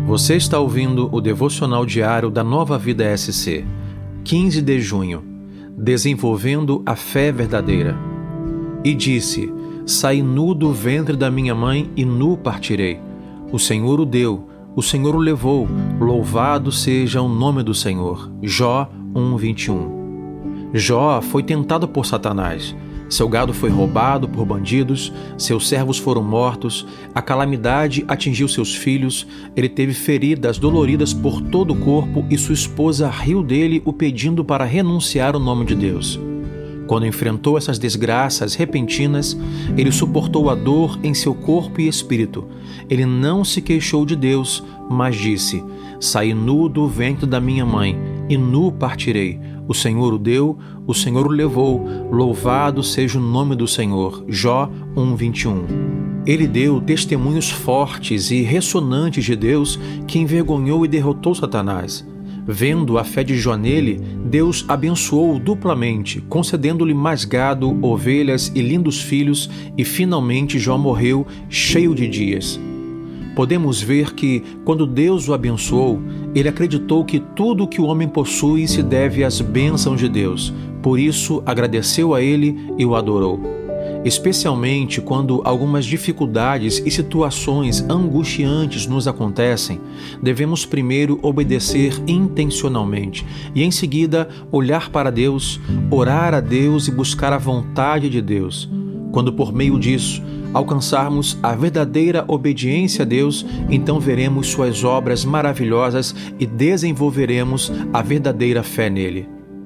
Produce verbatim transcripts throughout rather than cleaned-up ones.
Você está ouvindo o devocional diário da Nova Vida S C, quinze de junho, Desenvolvendo a Fé Verdadeira. E disse: Saí nu do ventre da minha mãe e nu partirei. O Senhor o deu, o Senhor o levou, louvado seja o nome do Senhor. Jó um, vinte e um. Jó foi tentado por Satanás. Seu gado foi roubado por bandidos, seus servos foram mortos, a calamidade atingiu seus filhos, ele teve feridas doloridas por todo o corpo e sua esposa riu dele, o pedindo para renunciar ao nome de Deus. Quando enfrentou essas desgraças repentinas, ele suportou a dor em seu corpo e espírito. Ele não se queixou de Deus, mas disse: Saí nu do ventre da minha mãe, e nu partirei. O Senhor o deu, o Senhor o levou, louvado seja o nome do Senhor. Jó um, vinte e um. Ele deu testemunhos fortes e ressonantes de Deus, que envergonhou e derrotou Satanás. Vendo a fé de Jó nele, Deus abençoou-o duplamente, concedendo-lhe mais gado, ovelhas e lindos filhos, e finalmente Jó morreu cheio de dias. Podemos ver que, quando Deus o abençoou, ele acreditou que tudo o que o homem possui se deve às bênçãos de Deus. Por isso, agradeceu a ele e o adorou. Especialmente quando algumas dificuldades e situações angustiantes nos acontecem, devemos primeiro obedecer intencionalmente e, em seguida, olhar para Deus, orar a Deus e buscar a vontade de Deus. Quando, por meio disso, alcançarmos a verdadeira obediência a Deus, então veremos suas obras maravilhosas e desenvolveremos a verdadeira fé nele.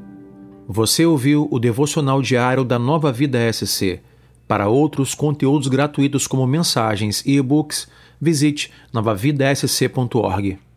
Você ouviu o devocional diário da Nova Vida S C. Para outros conteúdos gratuitos como mensagens e e-books, visite nova vida s c ponto org.